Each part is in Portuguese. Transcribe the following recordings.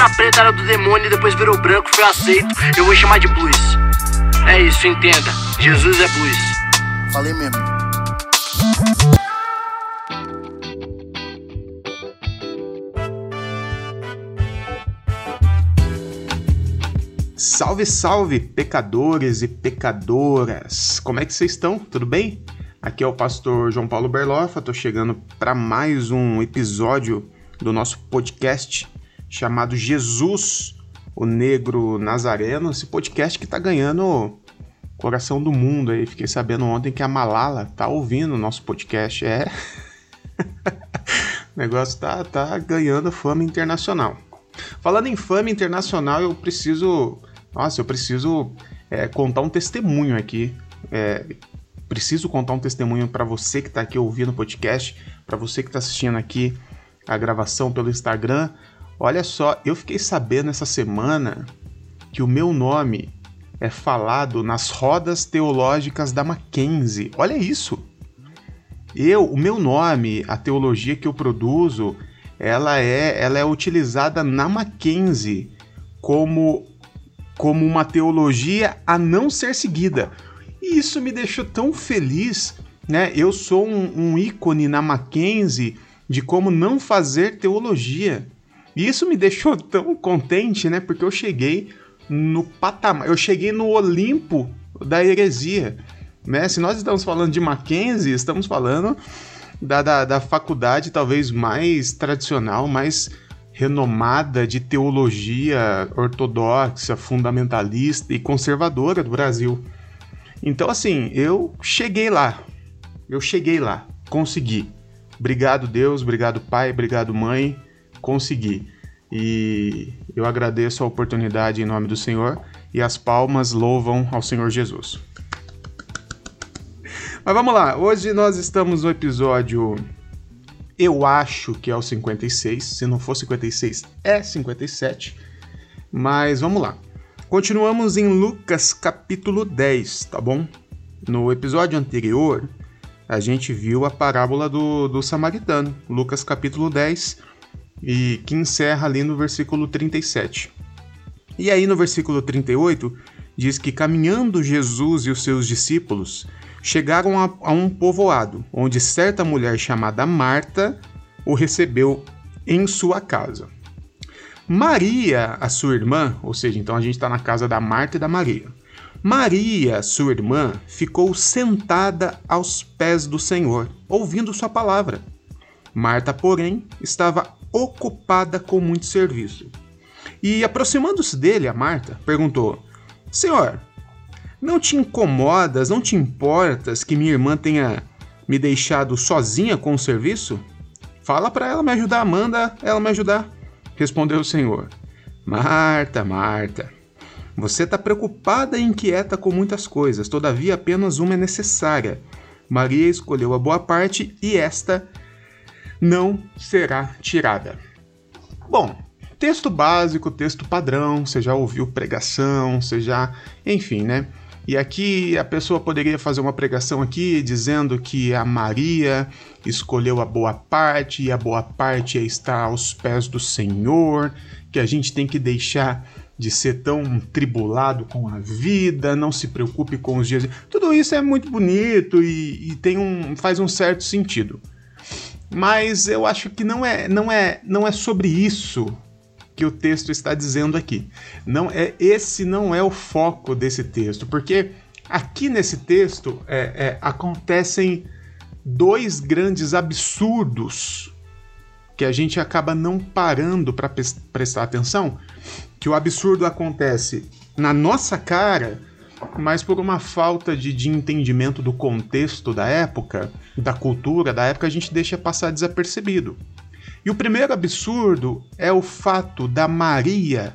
camiseta preta era do demônio e depois virou branco, foi aceito. Eu vou chamar de blues. É isso, entenda. Jesus é blues. Falei mesmo. Salve, salve, pecadores e pecadoras! Como é que vocês estão? Tudo bem? Aqui é o pastor João Paulo Berloffa, tô chegando para mais um episódio do nosso podcast chamado Jesus, o Negro Nazareno. Esse podcast que tá ganhando o coração do mundo aí. Fiquei sabendo ontem que a Malala tá ouvindo o nosso podcast. O negócio tá ganhando fama internacional. Falando em fama internacional, eu preciso contar um testemunho aqui. Preciso contar um testemunho para você que está aqui ouvindo o podcast, para você que está assistindo aqui a gravação pelo Instagram. Olha só, eu fiquei sabendo essa semana que o meu nome é falado nas rodas teológicas da Mackenzie. Olha isso! O meu nome, a teologia que eu produzo, ela é utilizada na Mackenzie como uma teologia a não ser seguida. E isso me deixou tão feliz, né? Eu sou um ícone na Mackenzie de como não fazer teologia. E isso me deixou tão contente, né? Porque eu cheguei no patamar, eu cheguei no Olimpo da heresia, né? Se nós estamos falando de Mackenzie, estamos falando da faculdade talvez mais tradicional, mais renomada de teologia ortodoxa, fundamentalista e conservadora do Brasil. Então, assim, eu cheguei lá, consegui. Obrigado, Deus, obrigado, Pai, obrigado, Mãe, consegui. E eu agradeço a oportunidade em nome do Senhor e as palmas louvam ao Senhor Jesus. Mas vamos lá, hoje nós estamos no episódio, eu acho que é o 56, se não for 56 é 57, mas vamos lá. Continuamos em Lucas capítulo 10, tá bom? No episódio anterior, a gente viu a parábola do samaritano, Lucas capítulo 10, e que encerra ali no versículo 37. E aí no versículo 38, diz que caminhando Jesus e os seus discípulos chegaram a um povoado, onde certa mulher chamada Marta o recebeu em sua casa. Maria, a sua irmã, ou seja, então a gente está na casa da Marta e da Maria. Maria, sua irmã, ficou sentada aos pés do Senhor, ouvindo sua palavra. Marta, porém, estava ocupada com muito serviço. E aproximando-se dele, a Marta perguntou: Senhor, não te incomodas, não te importas que minha irmã tenha me deixado sozinha com o serviço? Fala para ela me ajudar, manda ela me ajudar. Respondeu o Senhor: Marta, Marta, você está preocupada e inquieta com muitas coisas, todavia apenas uma é necessária. Maria escolheu a boa parte e esta não será tirada. Bom, texto básico, texto padrão, você já ouviu pregação, enfim, né? E aqui a pessoa poderia fazer uma pregação aqui dizendo que a Maria escolheu a boa parte e a boa parte é estar aos pés do Senhor, que a gente tem que deixar de ser tão tribulado com a vida, não se preocupe com os dias. Tudo isso é muito bonito e faz um certo sentido. Mas eu acho que não é sobre isso que o texto está dizendo aqui. Esse não é o foco desse texto, porque aqui nesse texto acontecem dois grandes absurdos que a gente acaba não parando para prestar atenção, que o absurdo acontece na nossa cara, mas por uma falta de entendimento do contexto da época, da cultura da época, a gente deixa passar desapercebido. E o primeiro absurdo é o fato da Maria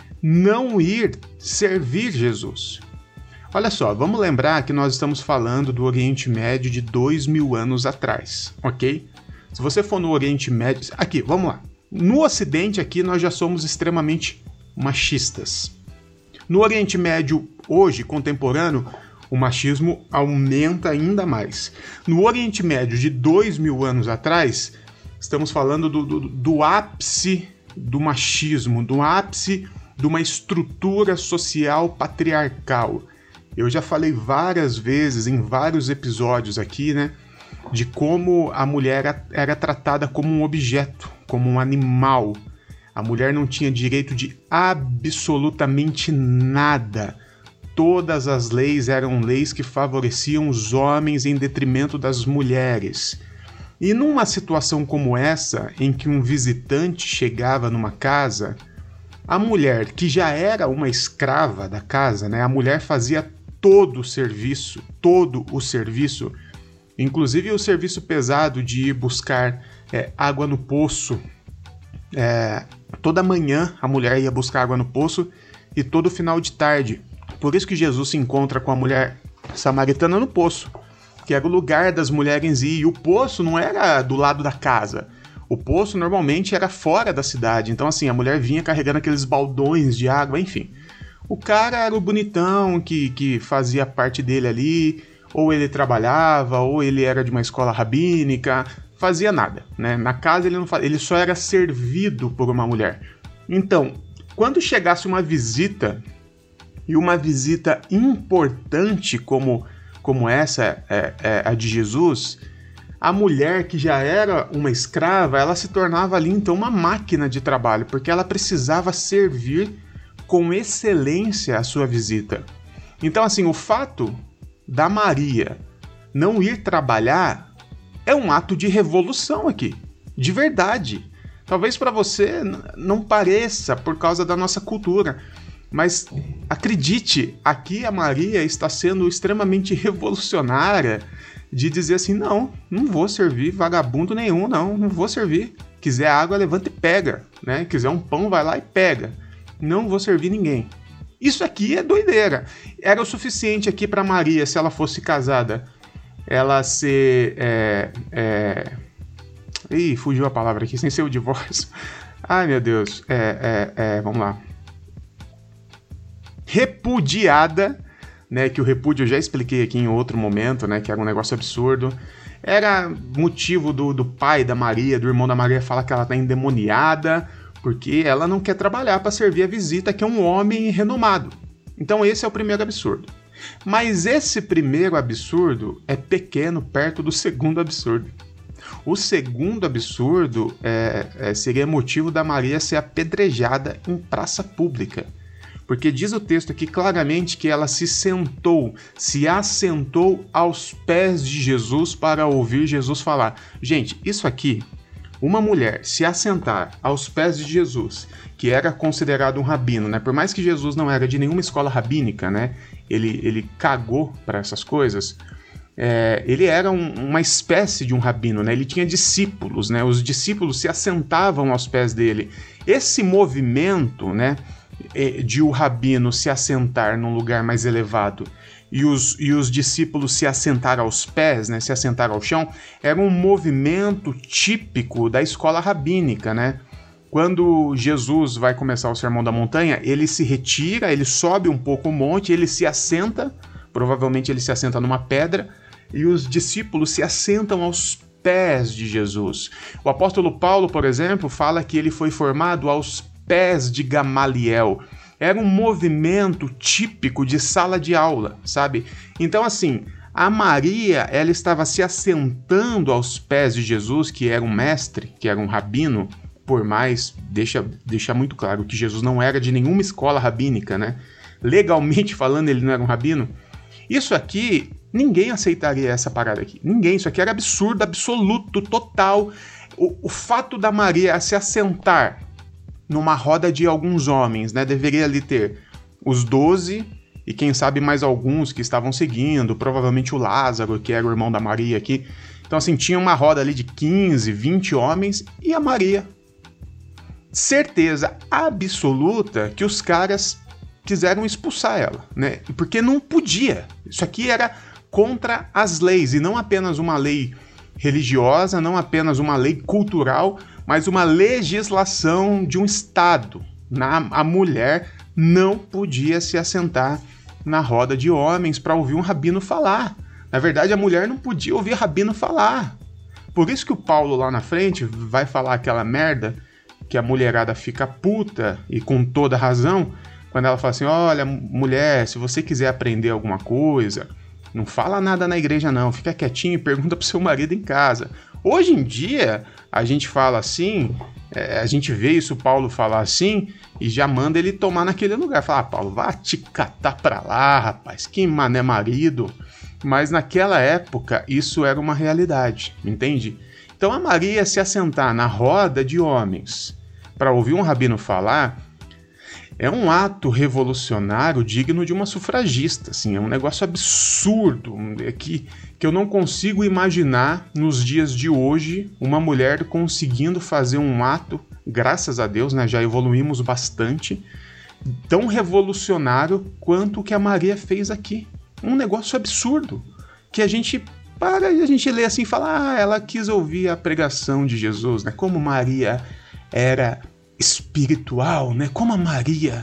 não ir servir Jesus. Olha só, vamos lembrar que nós estamos falando do Oriente Médio de 2000 anos atrás, ok? Se você for no Oriente Médio... Aqui, vamos lá. No Ocidente, aqui, nós já somos extremamente machistas. No Oriente Médio, hoje, contemporâneo, o machismo aumenta ainda mais. No Oriente Médio de 2000 anos atrás, estamos falando do ápice do machismo, do ápice de uma estrutura social patriarcal. Eu já falei várias vezes, em vários episódios aqui, né, de como a mulher era tratada como um objeto, como um animal. A mulher não tinha direito de absolutamente nada. Todas as leis eram leis que favoreciam os homens em detrimento das mulheres. E numa situação como essa, em que um visitante chegava numa casa, a mulher, que já era uma escrava da casa, né, a mulher fazia todo o serviço, inclusive o serviço pesado de ir buscar água no poço. Toda manhã a mulher ia buscar água no poço e todo final de tarde. Por isso que Jesus se encontra com a mulher samaritana no poço, que era o lugar das mulheres ir. E o poço não era do lado da casa. O poço normalmente era fora da cidade. Então assim, a mulher vinha carregando aqueles baldões de água, enfim. O cara era o bonitão que fazia parte dele ali, ou ele trabalhava, ou ele era de uma escola rabínica, fazia nada, né? Na casa ele não fazia, ele só era servido por uma mulher. Então, quando chegasse uma visita, e uma visita importante como essa, a de Jesus, a mulher que já era uma escrava, ela se tornava ali então uma máquina de trabalho, porque ela precisava servir com excelência a sua visita. Então assim, o fato da Maria não ir trabalhar é um ato de revolução aqui, de verdade. Talvez para você não pareça por causa da nossa cultura, mas acredite, aqui a Maria está sendo extremamente revolucionária de dizer assim, não vou servir vagabundo nenhum, não vou servir. Quiser água, levanta e pega, né? Quiser um pão, vai lá e pega. Não vou servir ninguém. Isso aqui é doideira. Era o suficiente aqui para Maria, se ela fosse casada, ela ser... Ih, fugiu a palavra aqui, sem ser o divórcio. Ai, meu Deus. Vamos lá. Repudiada, né? Que o repúdio eu já expliquei aqui em outro momento, né? Que era um negócio absurdo. Era motivo do pai da Maria, do irmão da Maria, falar que ela tá endemoniada, porque ela não quer trabalhar para servir a visita, que é um homem renomado. Então esse é o primeiro absurdo. Mas esse primeiro absurdo é pequeno perto do segundo absurdo. O segundo absurdo seria motivo da Maria ser apedrejada em praça pública. Porque diz o texto aqui claramente que ela se assentou aos pés de Jesus para ouvir Jesus falar. Gente, isso aqui, uma mulher se assentar aos pés de Jesus, que era considerado um rabino, né? Por mais que Jesus não era de nenhuma escola rabínica, né? Ele cagou para essas coisas. Ele era uma espécie de um rabino, né? Ele tinha discípulos, né? Os discípulos se assentavam aos pés dele. Esse movimento, né, de o rabino se assentar num lugar mais elevado e os discípulos se assentar aos pés, né, se assentar ao chão, era um movimento típico da escola rabínica, né? Quando Jesus vai começar o Sermão da Montanha, ele se retira, ele sobe um pouco o monte, ele se assenta, provavelmente ele se assenta numa pedra, e os discípulos se assentam aos pés de Jesus. O apóstolo Paulo, por exemplo, fala que ele foi formado aos pés de Gamaliel. Era um movimento típico de sala de aula, sabe? Então, assim, a Maria, ela estava se assentando aos pés de Jesus, que era um mestre, que era um rabino, por mais, deixa muito claro que Jesus não era de nenhuma escola rabínica, né? Legalmente falando, ele não era um rabino. Isso aqui, ninguém aceitaria essa parada aqui. Ninguém, isso aqui era absurdo, absoluto, total. O fato da Maria se assentar numa roda de alguns homens, né? Deveria ali ter os 12 e quem sabe mais alguns que estavam seguindo, provavelmente o Lázaro, que era o irmão da Maria aqui. Então assim, tinha uma roda ali de 15, 20 homens e a Maria. Certeza absoluta que os caras quiseram expulsar ela, né? Porque não podia. Isso aqui era contra as leis, e não apenas uma lei religiosa, não apenas uma lei cultural, mas uma legislação de um Estado. A mulher não podia se assentar na roda de homens para ouvir um rabino falar. Na verdade, a mulher não podia ouvir rabino falar. Por isso que o Paulo lá na frente vai falar aquela merda que a mulherada fica puta, e com toda razão, quando ela fala assim, olha, mulher, se você quiser aprender alguma coisa, não fala nada na igreja não, fica quietinho e pergunta pro seu marido em casa. Hoje em dia, a gente fala assim, a gente vê isso, Paulo falar assim, e já manda ele tomar naquele lugar. Fala, Paulo, vá te catar pra lá, rapaz, que mané marido. Mas naquela época, isso era uma realidade, entende? Então a Maria se assentar na roda de homens para ouvir um rabino falar é um ato revolucionário digno de uma sufragista, assim, é um negócio absurdo, que eu não consigo imaginar nos dias de hoje uma mulher conseguindo fazer um ato, graças a Deus, né, já evoluímos bastante, tão revolucionário quanto o que a Maria fez aqui. Um negócio absurdo, que a gente para e a gente lê assim e fala, ela quis ouvir a pregação de Jesus, né? Como Maria era espiritual, né? Como a Maria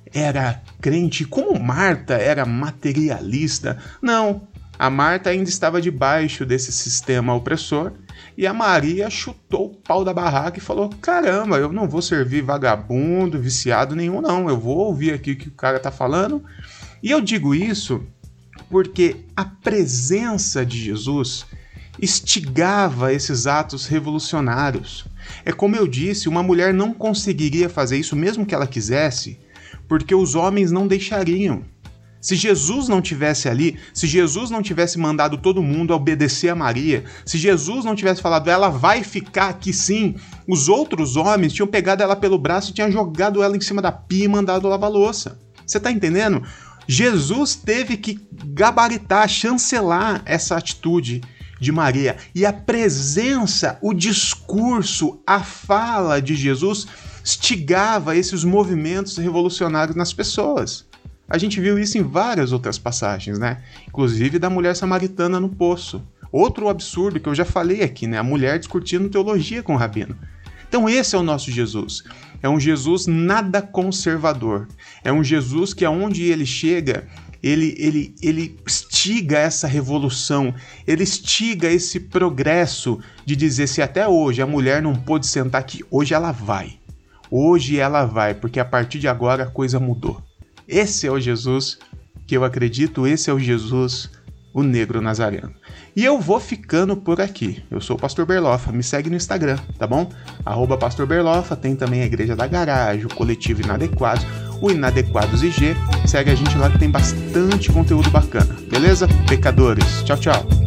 era crente, como Marta era materialista. Não, a Marta ainda estava debaixo desse sistema opressor e a Maria chutou o pau da barraca e falou, caramba, eu não vou servir vagabundo, viciado nenhum não, eu vou ouvir aqui o que o cara tá falando. E eu digo isso porque a presença de Jesus instigava esses atos revolucionários. É como eu disse, uma mulher não conseguiria fazer isso mesmo que ela quisesse, porque os homens não deixariam. Se Jesus não tivesse ali, se Jesus não tivesse mandado todo mundo a obedecer a Maria, se Jesus não tivesse falado, ela vai ficar aqui sim, os outros homens tinham pegado ela pelo braço e tinham jogado ela em cima da pia e mandado lavar louça. Você tá entendendo? Jesus teve que gabaritar, chancelar essa atitude de Maria. E a presença, o discurso, a fala de Jesus instigava esses movimentos revolucionários nas pessoas. A gente viu isso em várias outras passagens, né? Inclusive da mulher samaritana no poço. Outro absurdo que eu já falei aqui, né? A mulher discutindo teologia com o rabino. Então esse é o nosso Jesus. É um Jesus nada conservador. É um Jesus que aonde ele chega, ele instiga essa revolução, ele instiga esse progresso de dizer, se até hoje a mulher não pôde sentar aqui, hoje ela vai. Hoje ela vai, porque a partir de agora a coisa mudou. Esse é o Jesus que eu acredito, esse é o Jesus, o negro nazareno. E eu vou ficando por aqui. Eu sou o Pastor Berloffa, me segue no Instagram, tá bom? @Pastor Berloffa, tem também a Igreja da Garagem, o Coletivo Inadequados, o Inadequados IG. Segue a gente lá que tem bastante conteúdo bacana, beleza? Pecadores, tchau, tchau.